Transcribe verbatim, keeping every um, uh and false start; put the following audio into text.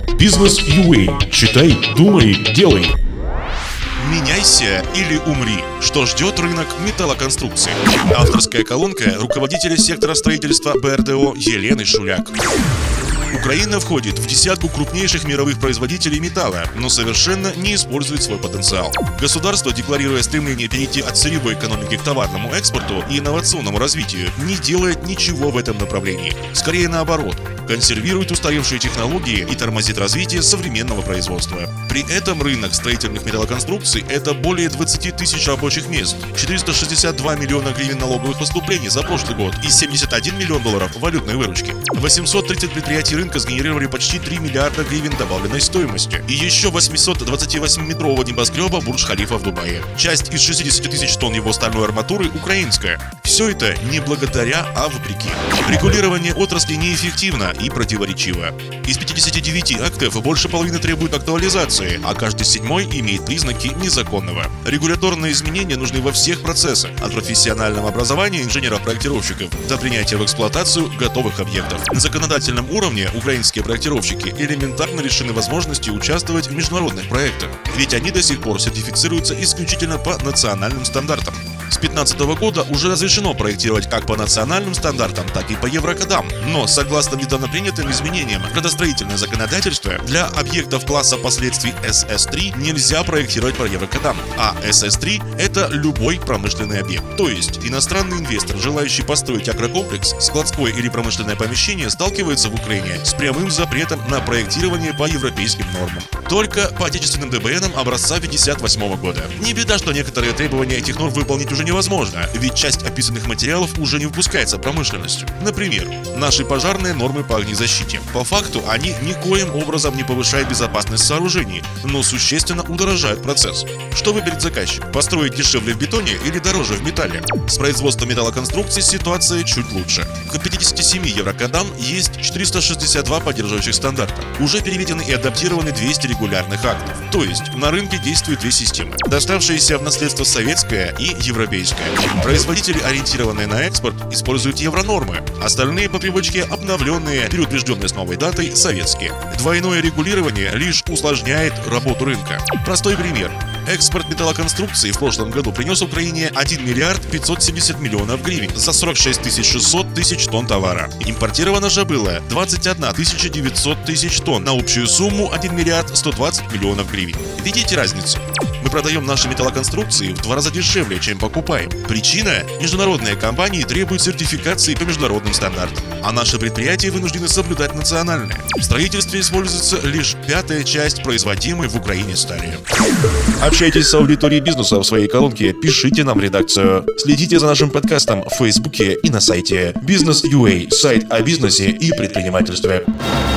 Бизнес.ua. Читай, думай, делай. Меняйся или умри. Что ждет рынок металлоконструкций? Авторская колонка руководителя сектора строительства бэ эр дэ о Елены Шуляк. Украина входит в десятку крупнейших мировых производителей металла, но совершенно не использует свой потенциал. Государство, декларируя стремление перейти от сырьевой экономики к товарному экспорту и инновационному развитию, не делает ничего в этом направлении. Скорее наоборот, консервирует устаревшие технологии и тормозит развитие современного производства. При этом рынок строительных металлоконструкций – это более двадцати тысяч рабочих мест, четыреста шестьдесят два миллиона гривен налоговых поступлений за прошлый год и семьдесят один миллион долларов валютной выручки. восемьсот тридцать предприятий рынка сгенерировали почти три миллиарда гривен добавленной стоимости. И еще восемьсот двадцативосьмиметрового небоскреба Бурдж-Халифа в Дубае. Часть из шестидесяти тысяч тонн его стальной арматуры украинская. Все это не благодаря, а вопреки. Регулирование отрасли неэффективно и противоречиво. Из пятидесяти девяти актов больше половины требуют актуализации, а каждый седьмой имеет признаки незаконного. Регуляторные изменения нужны во всех процессах, от профессионального образования инженеров-проектировщиков до принятия в эксплуатацию готовых объектов. На законодательном уровне украинские проектировщики элементарно лишены возможности участвовать в международных проектах, ведь они до сих пор сертифицируются исключительно по национальным стандартам. С две тысячи пятнадцатого года уже разрешено проектировать как по национальным стандартам, так и по еврокодам. Но, согласно недавно принятым изменениям в градостроительное законодательство, для объектов класса последствий эс эс три нельзя проектировать по еврокодам, а эс эс три – это любой промышленный объект. То есть, иностранный инвестор, желающий построить агрокомплекс, складское или промышленное помещение, сталкивается в Украине с прямым запретом на проектирование по европейским нормам. Только по отечественным дэ бэ энам образца пятьдесят восьмого года. Не беда, что некоторые требования этих норм выполнить уже невозможно, ведь часть описанных материалов уже не выпускается промышленностью. Например, наши пожарные нормы по огнезащите. По факту они никоим образом не повышают безопасность сооружений, но существенно удорожают процесс. Что выберет заказчик? Построить дешевле в бетоне или дороже в металле? С производством металлоконструкций ситуация чуть лучше. К пятидесяти семи еврокодам есть четыреста шестьдесят два поддерживающих стандарта. Уже переведены и адаптированы двести регулярных актов. То есть на рынке действуют две системы, доставшиеся в наследство советская и европейская. Производители, ориентированные на экспорт, используют евронормы, остальные по привычке обновленные, переутвержденные с новой датой, советские. Двойное регулирование лишь усложняет работу рынка. Простой пример. Экспорт металлоконструкций в прошлом году принес Украине один миллиард пятьсот семьдесят миллионов гривен за сорок шесть тысяч шестьсот тысяч тонн товара. Импортировано же было двадцать одна тысяча девятьсот тысяч тонн на общую сумму один миллиард сто двадцать миллионов гривен. Видите разницу? Мы продаем наши металлоконструкции в два раза дешевле, чем покупаем. Причина – международные компании требуют сертификации по международным стандартам, а наши предприятия вынуждены соблюдать национальные. В строительстве используется лишь пятая часть производимой в Украине стали. Общайтесь с аудиторией бизнеса в своей колонке, пишите нам в редакцию. Следите за нашим подкастом в Фейсбуке и на сайте Бизнес.ua, сайт о бизнесе и предпринимательстве.